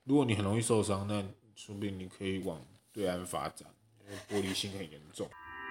如果你很容易受伤，那说不定你可以往对岸发展，因为玻璃心很严重。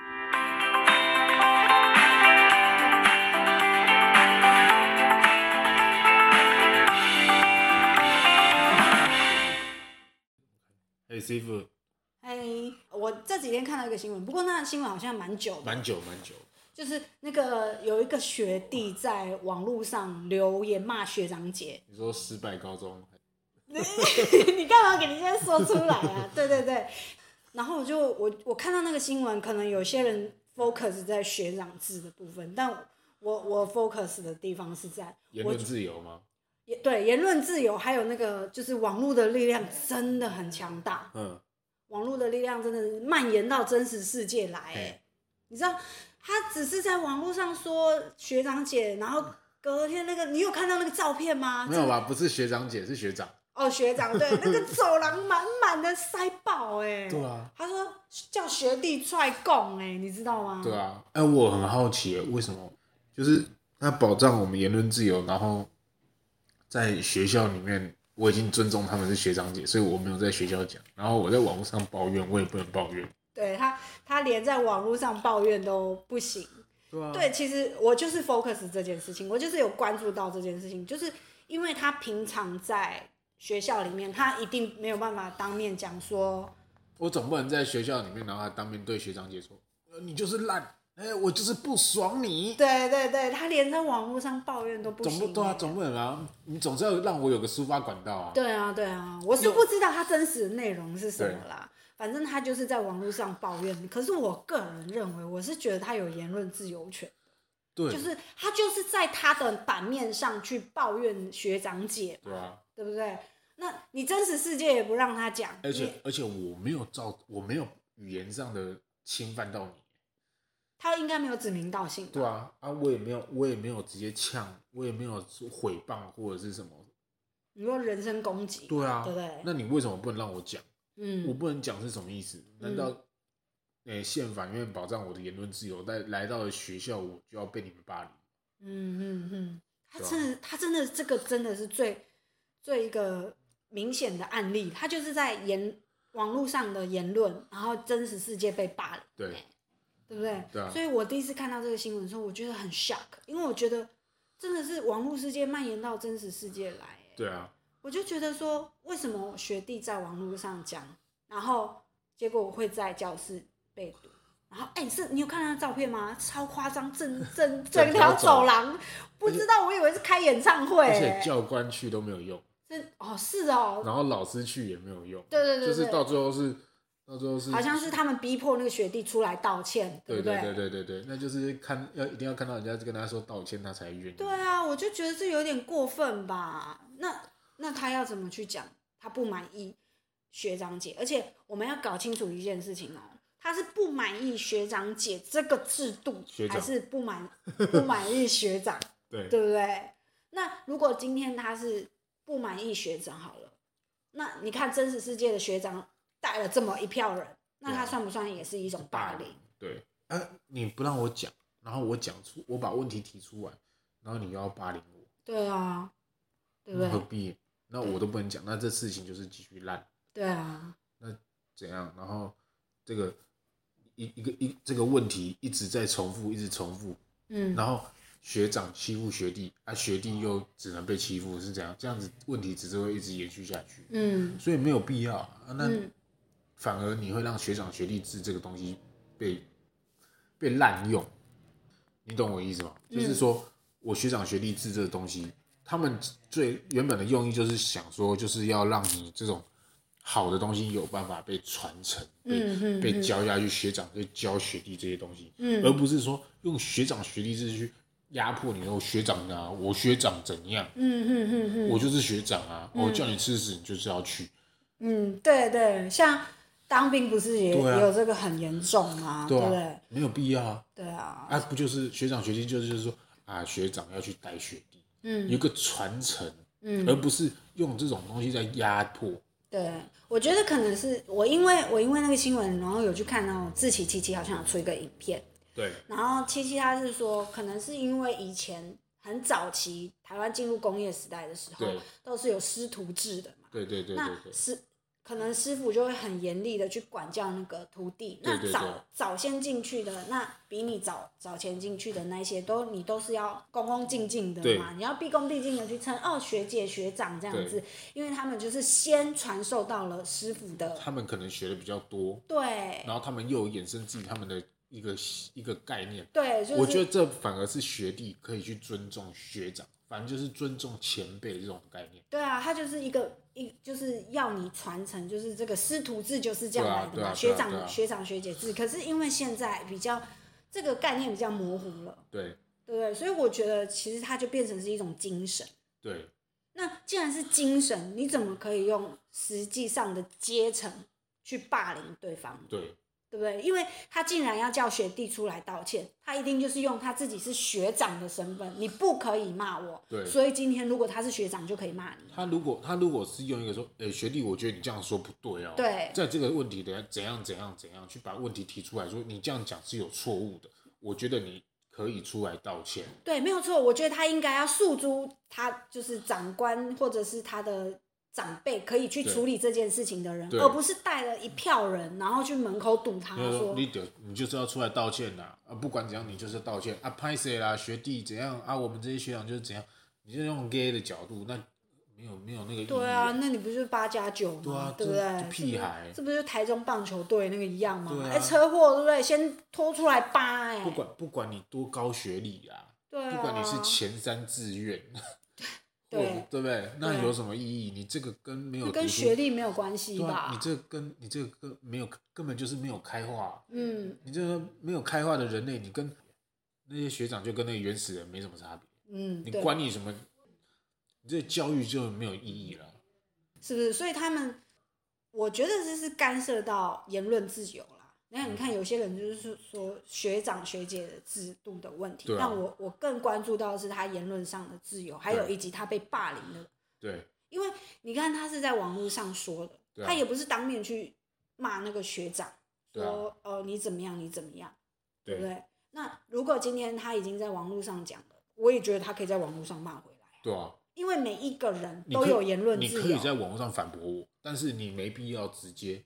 嘿，师傅。 我这几天看到一个新闻，不过那个新闻好像蛮久的。 蛮久。 就是那个有一个学弟在网络上留言骂学长姐。 你说失败高中？ 你干嘛给人家说出来啊？对。然后我看到那个新闻，可能有些人 focus 在学长制的部分，但我 focus 的地方是在言论自由吗？ 对，言论自由，还有那个就是网络的力量真的很强大。网络的力量真的蔓延到真实世界来。你知道他只是在网络上说学长姐，然后隔天那个你有看到那个照片吗？ 没有吧，不是学长姐，是学长。 学长，对，那个走廊满满的塞爆。 对啊。 他说叫学弟出来供你知道吗？ 对啊。我很好奇为什么就是他保障我们言论自由，然后在学校里面我已经尊重他们是学长姐，所以我没有在学校讲，然后我在网络上抱怨我也不能抱怨。 对，他连在网络上抱怨都不行。 对啊。 对，其实我就是 focus 这件事情，我就是有关注到这件事情，就是因为他平常在学校里面，他一定没有办法当面讲说， 我总不能在学校里面，然后他当面对学长姐说，你就是烂，我就是不爽你。 对，他连在网络上抱怨都不行。 对啊，总不能啊，你总是要让我有个抒发管道啊。 对啊，我是不知道他真实的内容是什么啦，反正他就是在网络上抱怨。可是我个人认为，我是觉得他有言论自由权。 对， 就是他就是在他的版面上去抱怨学长姐嘛。 对啊， 对不对？那你真实世界也不让他讲， 而且我没有语言上的侵犯到你。 他应该没有指名道姓吧？ 对啊，我也没有直接呛，我也没有诽谤或者是什么。 你说人身攻击？ 对啊， 对不对？ 那你为什么不能让我讲？我不能讲是什么意思？难道宪法因为保障我的言论自由，来到了学校我就要被你们霸凌？ 他真的这个真的是最一个明显的案例，他就是在网络上的言论，然后真实世界被霸凌。对不对？ 对啊。 所以我第一次看到这个新闻的时候，我觉得很 shock， 因为我觉得真的是网络世界蔓延到真实世界来。 对啊。 我就觉得说，为什么学弟在网络上讲，然后结果我会在教室被堵，然后你有看到照片吗？超夸张，整条走廊，不知道，我以为是开演唱会。 而且教官去都没有用。 是哦。 然后老师去也没有用。 对， 就是到最后是好像是他们逼迫那个学弟出来道歉，对不对？ 对，那就是一定要看到人家跟他说道歉，他才愿意。 对啊，我就觉得这有点过分吧。那他要怎么去讲？他不满意学长姐，而且我们要搞清楚一件事情他是不满意学长姐这个制度，还是不满意学长？对不对？那如果今天他是不满意学长好了，那你看真实世界的学长带了这么一票人，那他算不算也是一种霸凌？ 对，你不让我讲，然后我把问题提出来，然后你又要霸凌我。 对啊，对不对？ 何必？那我都不能讲，那这事情就是继续烂。 对啊。 那怎样？然后这个这个问题一直在重复，然后学长欺负学弟，学弟又只能被欺负，是怎样？这样子问题只是会一直延续下去。所以没有必要那反而你会让学长学弟制这个东西被滥用，你懂我意思吗？就是说我学长学弟制这个东西，他们最原本的用意就是想说，就是要让你这种好的东西有办法被传承，被教下去，学长可以教学弟这些东西，而不是说用学长学弟制去压迫你。学长啊，我学长怎样？我就是学长啊，我叫你吃屎，你就是要去。 对，像当兵不是也有这个很严重吗？对不对？ 没有必要啊。 对啊。 不就是学长学弟就是说学长要去带学弟，有一个传承，而不是用这种东西在压迫。 对，我觉得可能是我因为那个新闻，然后有去看到志祺七七好像有出一个影片， 对， 然后七七他是说，可能是因为以前很早期台湾进入工业时代的时候，都是有师徒制的嘛， 对对对对对。 那可能师傅就会很严厉的去管教那个徒弟。 对对对， 那早先进去的，那比你早前进去的那些，你都是要恭恭敬敬的嘛，你要毕恭毕敬的去称学姐学长这样子，因为他们就是先传授到了师傅的， 他们可能学的比较多， 对， 然后他们又有衍生自己他们的一个概念， 对，就是， 我觉得这反而是学弟可以去尊重学长，反正就是尊重前辈这种概念。 对啊，他就是就是要你传承，就是这个师徒制就是这样来的嘛，学长学姐制。可是因为现在比较这个概念比较模糊了，对不对？所以我觉得其实它就变成是一种精神。 对。 那既然是精神，你怎么可以用实际上的阶层去霸凌对方？对不对？因为他竟然要叫学弟出来道歉，他一定就是用他自己是学长的身份，你不可以骂我。 对。 所以今天如果他是学长，就可以骂你。 他如果是用一个说，学弟，我觉得你这样说不对哦。 对。 在这个问题的怎样去把问题提出来，说你这样讲是有错误的，我觉得你可以出来道歉。 对，没有错。我觉得他应该要诉诸他就是长官或者是他的长辈可以去处理这件事情的人，而不是带了一票人然后去门口堵他说你就是要出来道歉啦，不管怎样你就是道歉啊，拍谁啦，学弟怎样啊，我们这些学长就是怎样，你就用 gay 的角度，那没有那个意义。 对啊，那你不就是8+9吗？对不对？ 屁孩， 这不就是台中棒球队那个一样吗？车祸对不对？先拖出来扒不管你多高学历啊， 对啊， 不管你是前3志愿。对不对？那有什么意义？你这个跟没有跟学历没有关系吧？ 你这个跟没有，根本就是没有开化。你这个没有开化的人类，你跟那些学长就跟那个原始人没什么差别。你管你什么？你这教育就没有意义了， 是不是？所以他们，我觉得这是干涉到言论自由啦。你看有些人就是说学长学姐的制度的问题，但我更关注到的是他言论上的自由，还有以及他被霸凌的。 对， 因为你看他是在网络上说的，他也不是当面去骂那个学长，说你怎么样，对不对？那如果今天他已经在网络上讲了，我也觉得他可以在网络上骂回来。 对啊， 因为每一个人都有言论自由， 你可以在网络上反驳我，但是你没必要直接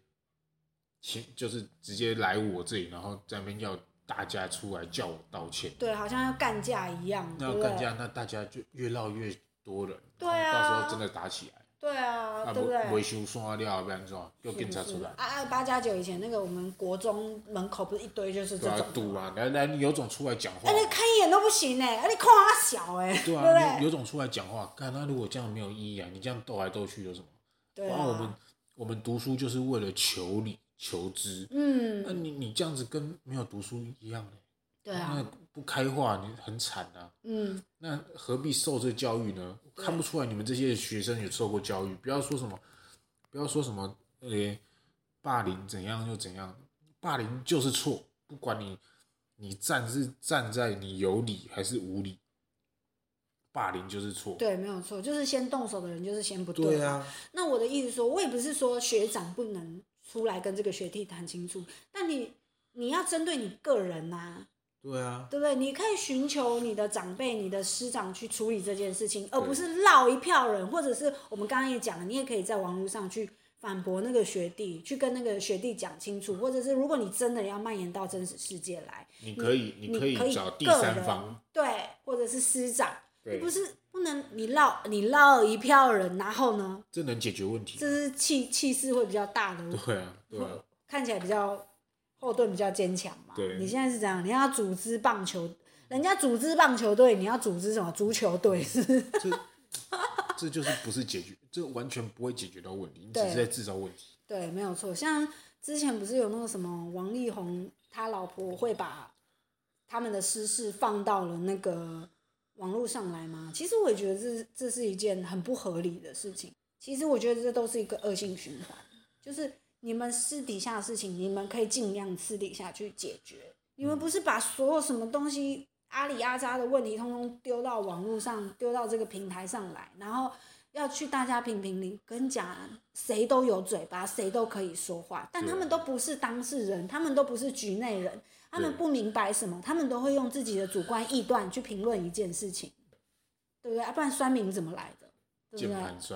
来我这里，然后在那边要大家出来叫我道歉。 对，好像要干架一样。 那要干架，那大家就越闹越多人， 对啊， 到时候真的打起来。 对啊，对不对？ 维修刷掉，不然怎么又警察出来 ？8+9以前那个我们国中门口不是一堆就是这种堵啊，来，你有种出来讲话。 你看一眼都不行你看他小对啊，你有种出来讲话。看他如果这样没有意义啊，你这样斗来斗去有什么？ 对啊。 我们读书就是为了求理求知。那你这样子跟没有读书一样。 对啊。 那不开化，你很惨啊。那何必受这教育呢？看不出来你们这些学生有受过教育。不要说什么霸凌怎样就怎样，霸凌就是错。不管你是站在你有理还是无理，霸凌就是错。对， 没有错，就是先动手的人就是先不对。 对啊。 那我的意思说，我也不是说学长不能出来跟这个学弟谈清楚，但你要针对你个人啊。 对啊， 对不对？你可以寻求你的长辈、你的师长去处理这件事情，而不是绕一票人，或者是我们刚刚也讲了，你也可以在网络上去反驳那个学弟，去跟那个学弟讲清楚，或者是如果你真的要蔓延到真实世界来， 你可以找第三方， 对，或者是师长，你不能你绕一票人，然后呢？ 这能解决问题？ 这是气势会比较大的， 对啊， 看起来比较。后盾比较坚强嘛？ 对， 你现在是这样，你要组织棒球，人家组织棒球队，你要组织什么足球队？ 这就是不是解决，这完全不会解决到问题，你只是在制造问题。 对，没有错。像之前不是有那个什么王力宏他老婆会把他们的私事放到了那个网络上来吗？其实我也觉得这是一件很不合理的事情。其实我觉得这都是一个恶性循环，就是你们私底下的事情，你们可以尽量私底下去解决。你们不是把所有什么东西阿里阿扎的问题，通通丢到网络上，丢到这个平台上来，然后要去大家评评理。跟你讲，谁都有嘴巴，谁都可以说话，但他们都不是当事人，他们都不是局内人，他们不明白什么，他们都会用自己的主观臆断去评论一件事情，对不对？不然酸民怎么来的？对不对？ 键盘酸民。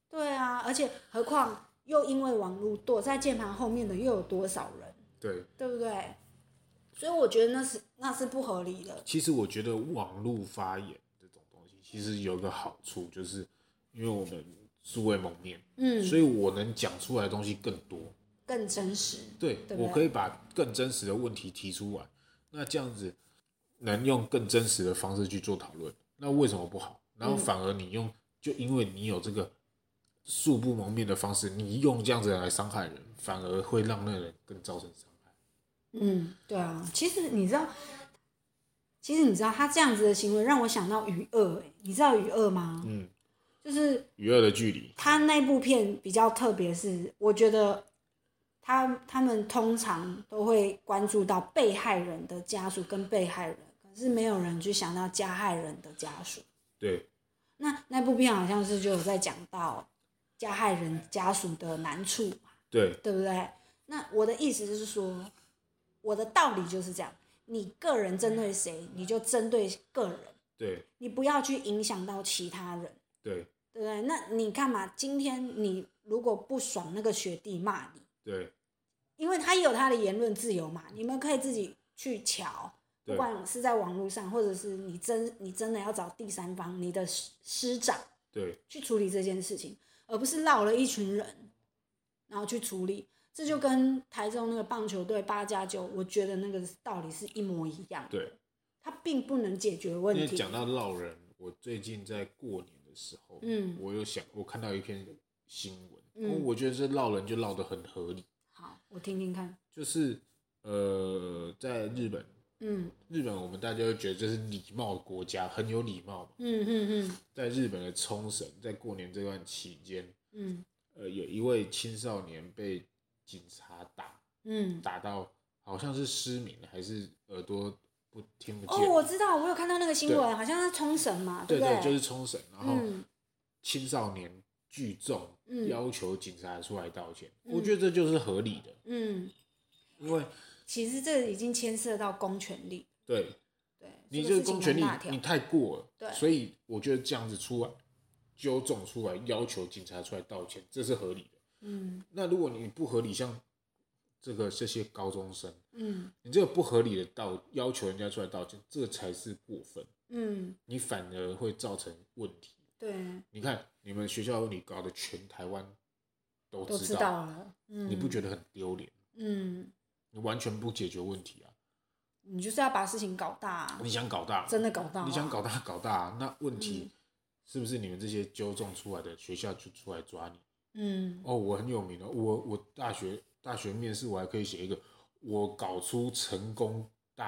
对啊，而且何况又因为网络躲在键盘后面的又有多少人？对不对？所以我觉得那是不合理的。 其实我觉得网络发言这种东西，其实有个好处，就是因为我们素未谋面，所以我能讲出来的东西更多， 更真实。 对，我可以把更真实的问题提出来，那这样子能用更真实的方式去做讨论，那为什么不好？然后反而就因为你有这个素不谋面的方式，你用这样子来伤害人，反而会让那个人更造成伤害。 对啊，其实你知道他这样子的行为让我想到余二，你知道余二吗？就是与恶的距离。 他那部片比较特别，是我觉得他们通常都会关注到被害人的家属跟被害人，可是没有人去想到加害人的家属。 对。 那部片好像是就有在讲到加害人家属的难处嘛， 对不对？那我的意思是说，我的道理就是这样，你个人针对谁，你就针对个人， 对， 你不要去影响到其他人， 对不对？那你看嘛，今天你如果不爽那个学弟骂你， 对， 因为他有他的言论自由嘛，你们可以自己去瞧，不管是在网络上，或者是你真的要找第三方，你的师长对去处理这件事情，而不是绕了一群人然后去处理。这就跟台中那个棒球队8+9，我觉得那个道理是一模一样的。 对， 它并不能解决问题。 因为讲到烙人，我最近在过年的时候，我看到一篇新闻，我觉得这烙人就烙得很合理。 好，我听听看。 就是在日本，日本我们大家都觉得这是礼貌的国家，很有礼貌嘛。在日本的冲绳，在过年这段期间，有一位青少年被警察打到好像是失明还是耳朵听不见。 我知道，我有看到那个新闻，好像是冲绳嘛，对不对？ 对，就是冲绳，然后青少年聚众要求警察出来道歉，我觉得这就是合理的。因为其实这已经牵涉到公权力。 对，你这个公权力你太过了，对，所以我觉得这样子出来纠众出来要求警察出来道歉，这是合理的。那如果你不合理，像这些高中生，你这个不合理的要求人家出来道歉，这才是过分。你反而会造成问题。 对， 你看你们学校有问题搞得全台湾都知道了， 你不觉得很丢脸？你完全不解决问题啊！ 你就是要把事情搞大啊！ 你想搞大， 真的搞大， 你想搞大啊！那问题是不是你们这些纠众出来的学校就出来抓你？我很有名的，我大学面试我还可以写一个，我搞出成功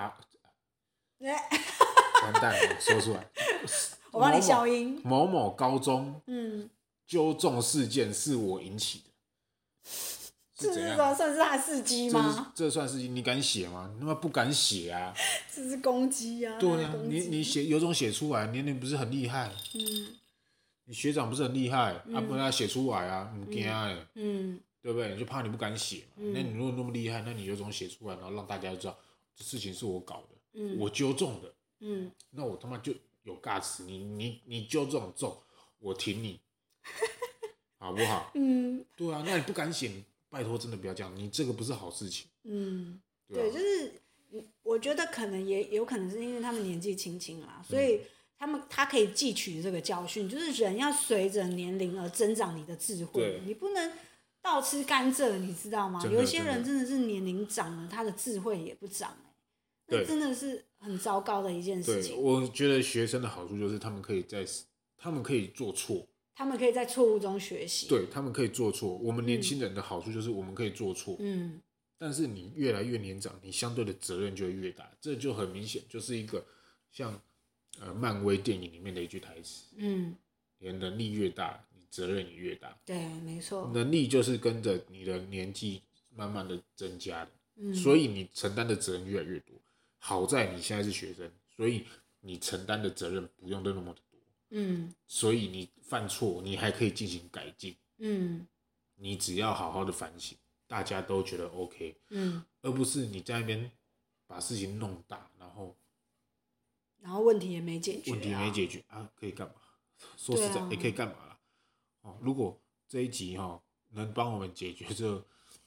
完蛋了，说出来， 我帮你消音。 某某高中，纠众事件是我引起的，是怎样？ 算是他事迹吗？ 这算事迹？你敢写吗？你他妈不敢写啊！ 这是攻击啊！ 对啊，你有种写出来，你不是很厉害？你学长不是很厉害，不然他写出来啊，你惊哎，对不对？你就怕你不敢写嘛。那你如果那么厉害，那你有种写出来，然后让大家知道这事情是我搞的，我纠众的，那我他妈就有尬词，你纠这种重，我挺你，好不好？对啊，那你不敢写，拜托真的不要这样，你这个不是好事情。 对，就是我觉得可能也有可能是因为他们年纪轻轻啦，所以他可以汲取这个教训，就是人要随着年龄而增长你的智慧，你不能倒吃甘蔗，你知道吗？有一些人真的是年龄长了，他的智慧也不长，那真的是很糟糕的一件事情。 我觉得学生的好处就是他们可以做错， 他们可以在错误中学习， 对，他们可以做错。我们年轻人的好处就是我们可以做错，但是你越来越年长，你相对的责任就会越大，这就很明显，就是一个像漫威电影里面的一句台词，你的能力越大，你责任也越大。 对，没错， 能力就是跟着你的年纪慢慢的增加的，所以你承担的责任越来越多。好在你现在是学生，所以你承担的责任不用那么的多，所以你犯错你还可以进行改进，你只要好好的反省，大家都觉得 OK，而不是你在那边把事情弄大，然后问题也没解决， 可以干嘛？说实在，也可以干嘛啦？如果这一集能帮我们解决这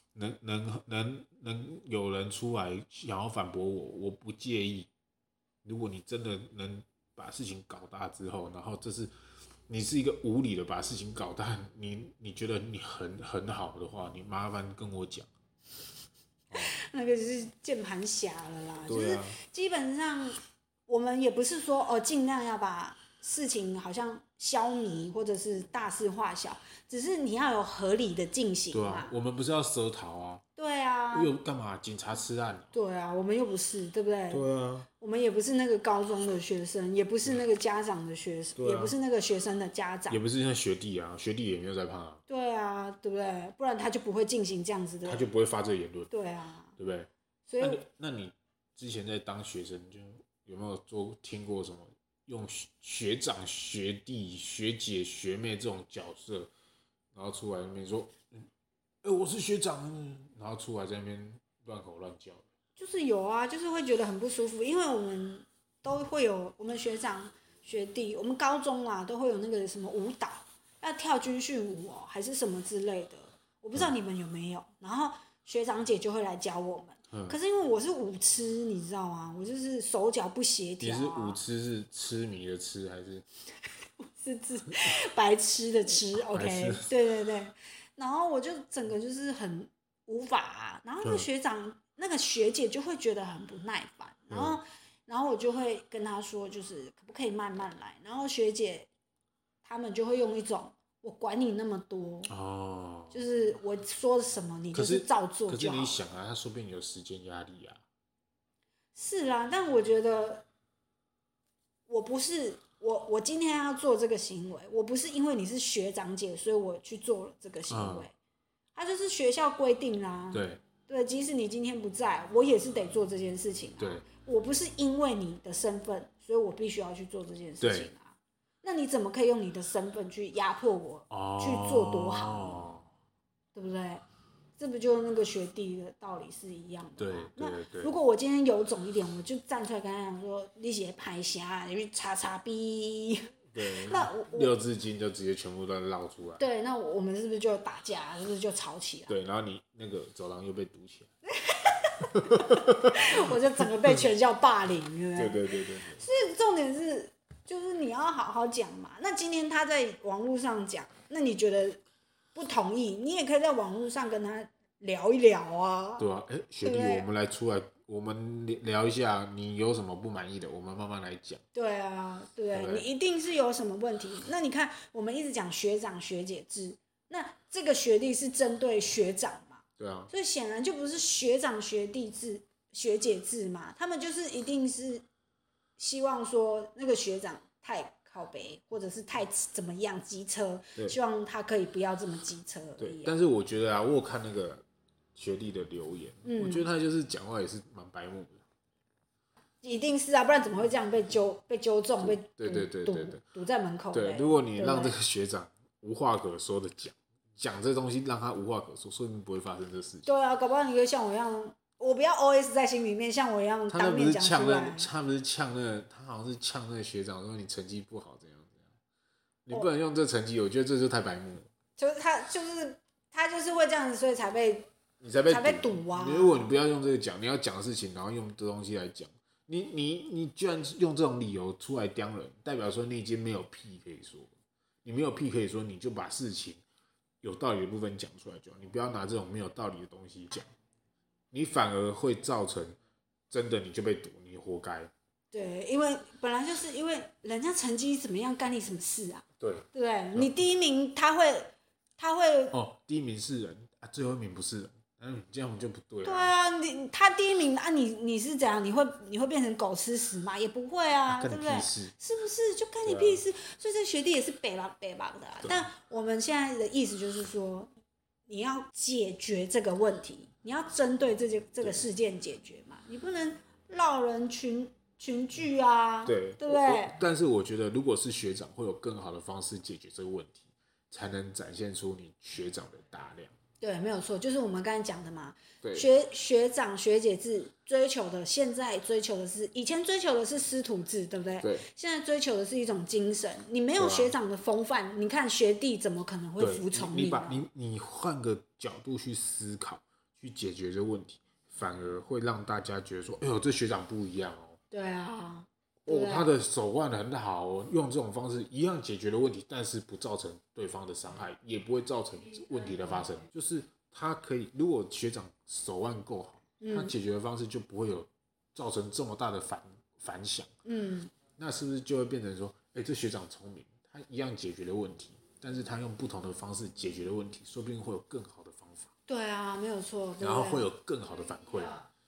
能有人出来想要反驳我不介意。如果你真的能把事情搞大之后，然后你是一个无理的把事情搞大，你觉得你很好的话，你麻烦跟我讲。 那个就是键盘侠了啦， 啊、 就是基本上我们也不是说尽量要把事情好像消弭或者是大事化小，只是你要有合理的进行嘛。 对啊，我们不是要蛇逃啊。 对啊。 又干嘛？警察吃案。 对啊，我们又不是，对不对？ 对啊。 我们也不是那个高中的学生，也不是那个家长的学生，也不是那个学生的家长， 也不是像学弟啊，学弟也没有在怕啊。 对啊，对不对？不然他就不会进行这样子的， 他就不会发这个言论。 对啊， 对不对？ 所以那你之前在当学生，就有没有听过什么用学长、学弟、学姐、学妹这种角色，然后出来那边说，我是学长，然后出来在那边乱吼乱叫？ 就是有啊，就是会觉得很不舒服，因为我们都会有我们学长学弟，我们高中啊都会有那个什么舞蹈，要跳军训舞还是什么之类的，我不知道你们有没有。然后学长姐就会来教我们，可是因为我是舞痴，你知道吗？我就是手脚不协调。 你是舞痴是痴迷的痴还是？ 是白痴的痴 ，OK， 对对对。然后我就整个就是很无法啊，然后那个学长、那个学姐就会觉得很不耐烦，然后我就会跟他说，就是可不可以慢慢来。然后学姐他们就会用一种我管你那么多，就是我说什么你就是照做就好。 可是你想啊，他说不定有时间压力啊。 是啊，但我觉得我不是。我今天要做这个行为，我不是因为你是学长姐，所以我去做了这个行为，它就是学校规定啦。对，即使你今天不在，我也是得做这件事情啊。 对， 我不是因为你的身份，所以我必须要去做这件事情啊。那你怎么可以用你的身份去压迫我去做多好呢？对不对？这不就那个学弟的道理是一样的吗？那如果我今天有种一点，我就站出来跟他讲说：“你是拍啥？你去擦擦逼。” 对， 那六字经就直接全部都绕出来。 对，那我们是不是就打架？是不是就吵起来？ 对，然后你那个走廊又被堵起来， 我就整个被全校霸凌，对不对？ 对。 所以重点是，就是你要好好讲嘛。那今天他在网络上讲，那你觉得不同意，你也可以在网络上跟他聊一聊啊。 对啊，学弟，我们来出来，我们聊一下，你有什么不满意的，我们慢慢来讲。 对啊，对，你一定是有什么问题。那你看，我们一直讲学长学姐制，那这个学弟是针对学长嘛？ 对啊。 所以显然就不是学长学弟制、学姐制嘛，他们就是一定是希望说那个学长太靠北，或者是太怎么样机车，希望他可以不要这么机车而已。 但是我觉得啊，我有看那个学弟的留言，我觉得他就是讲话也是蛮白目的。 一定是啊，不然怎么会这样被纠正、被堵在门口？ 对，如果你让这个学长无话可说的讲这东西，让他无话可说，说不定不会发生这事情。 对啊，搞不好你会像我一样，我不要 OS 在心里面，像我一样当面讲出来。 他不是呛那个，他好像是呛那个学长说你成绩不好怎样怎样，你不能用这成绩，我觉得这就太白目了。 就是他就是会这样子，所以才被堵啊。 如果你不要用这个讲，你要讲的事情，然后用这东西来讲。你居然用这种理由出来刁人，代表说你已经没有屁可以说，你没有屁可以说，你就把事情有道理的部分讲出来就好，你不要拿这种没有道理的东西讲，你反而会造成真的你就被堵，你活该。 对，因为本来就是因为人家成绩怎么样干你什么事啊？ 对不对？你第一名他会第一名是人啊，最后一名不是人。这样就不对了。 对啊，他第一名啊，你是怎样？你会变成狗吃屎吗？也不会啊，对不对？是不是？就干你屁事。所以这学弟也是北吧的啊。但我们现在的意思就是说，你要解决这个问题，你要针对这个事件解决嘛，你不能绕人群聚啊，对不对？ 但是我觉得，如果是学长，会有更好的方式解决这个问题，才能展现出你学长的大量。 对，没有错，就是我们刚才讲的嘛。 对， 学长学姐制追求的，现在追求的是，以前追求的是师徒制，对不对？ 对。 现在追求的是一种精神。你没有学长的风范，你看学弟怎么可能会服从你？你换个角度去思考，去解决这个问题，反而会让大家觉得说，哎呦，这学长不一样哦。 对啊。 他的手腕很好哦，用这种方式一样解决了问题，但是不造成对方的伤害，也不会造成问题的发生。就是他可以，如果学长手腕够好，他解决的方式就不会有造成这么大的反响。那是不是就会变成说，这学长聪明，他一样解决了问题，但是他用不同的方式解决了问题，说不定会有更好的方法。 对啊，没有错。 然后会有更好的反馈。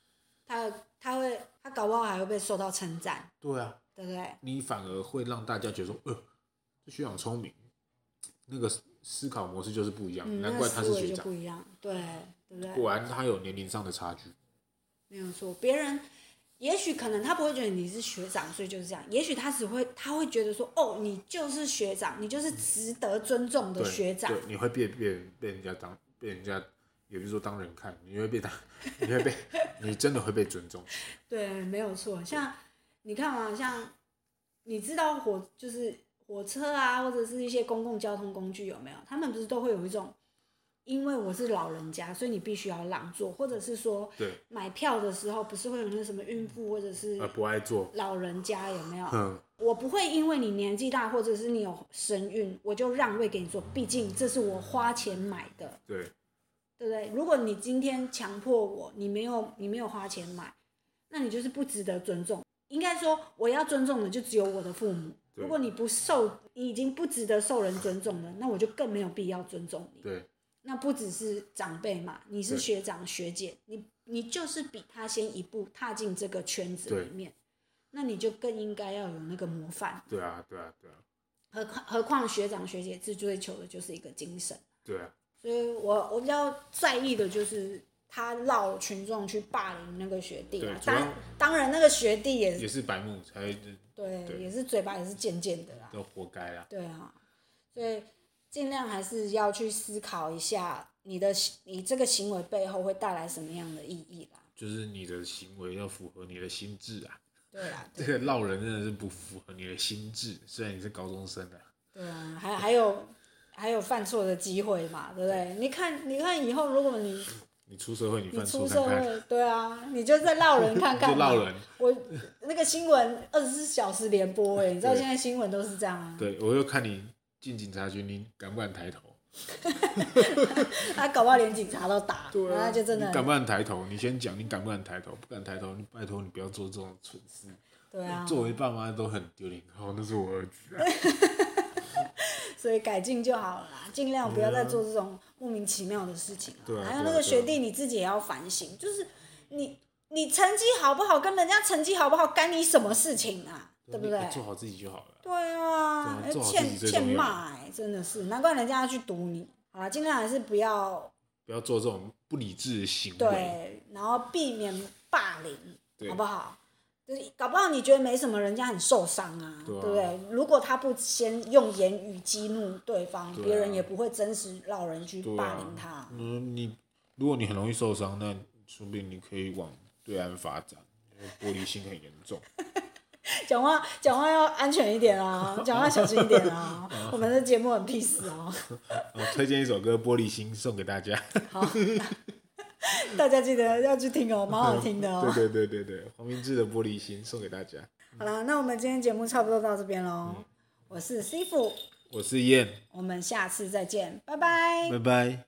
他搞不好还会被受到称赞。 对啊， 对不对？ 你反而会让大家觉得说，这学长聪明，那个思考模式就是不一样，难怪他是学长。 不一样，对不对？ 果然他有年龄上的差距。 没有错，别人也许可能他不会觉得你是学长，所以就是这样。也许他会觉得说，你就是学长，你就是值得尊重的学长。 对，你会被人家。也不是说当人看，你真的会被尊重。 对，没有错。像你看嘛，像你知道就是火车啊，或者是一些公共交通工具有没有？他们不是都会有一种，因为我是老人家，所以你必须要让座，或者是说，买票的时候不是会有那什么孕妇或者是不爱坐老人家有没有？我不会因为你年纪大或者是你有身孕，我就让位给你坐，毕竟这是我花钱买的。对不对？如果你今天强迫我，你没有花钱买，那你就是不值得尊重。应该说，我要尊重的就只有我的父母。如果你已经不值得受人尊重了，那我就更没有必要尊重你。 对。 那不只是长辈嘛，你是学长学姐，你就是比他先一步踏进这个圈子里面，那你就更应该要有那个模范。 对啊。 何况学长学姐制追求的就是一个精神。 对啊。 所以我比较在意的就是他绕群众去霸凌那个学弟啊，当然那个学弟也是白目才对，也是嘴巴也是贱贱的啦， 都活该啦。 对啊，所以尽量还是要去思考一下你这个行为背后会带来什么样的意义啦。 就是你的行为要符合你的心智啊。 对啊。 这个烙人真的是不符合你的心智，虽然你是高中生啊。 对啊，还有犯错的机会嘛，对不对？你看以后如果你出社会， 你犯错看看， 对啊，你就再烙人看看。 就烙人。 我那个新闻24小时连播你知道现在新闻都是这样啊。 对，我就看你进警察局，你敢不敢抬头？ 他搞不好连警察都打， 对啊， 那就真的。 你敢不敢抬头？你先讲，你敢不敢抬头？不敢抬头，你拜托你不要做这种蠢事。 对啊。 作为爸妈都很丢脸，那是我儿子啊。 所以改进就好了啦，尽量不要再做这种莫名其妙的事情了。 对啊。 还有那个学弟，你自己也要反省，就是你成绩好不好，跟人家成绩好不好干你什么事情啊？对不对？ 做好自己就好了。 对啊。欠骂真的是，难怪人家要去堵你。好啦，尽量还是不要做这种不理智的行为。 对，然后避免霸凌，好不好？就是搞不好你觉得没什么，人家很受伤啊，对不对？如果他不先用言语激怒对方，别人也不会真实让人去霸凌他。 如果你很容易受伤，那说不定你可以往对岸发展，因为玻璃心很严重。 讲话要安全一点啊，讲话小心一点啊。我们的节目很 peace 哦。 推荐一首歌《玻璃心》送给大家。 好。大家记得要去听哦，蛮好听的哦。 对，黄明志的《玻璃心》送给大家。 好啦，那我们今天节目差不多到这边咯。我是 C 傅， 我是燕， 我们下次再见，拜拜。 拜拜。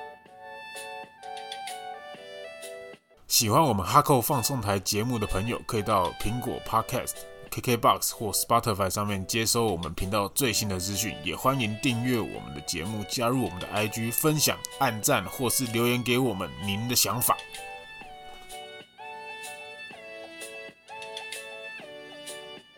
喜欢我们哈扣放送台节目的朋友，可以到苹果 Podcast、KKBOX 或 Spotify 上面接收我们频道最新的资讯，也欢迎订阅我们的节目，加入我们的 IG， 分享、按赞或是留言给我们您的想法。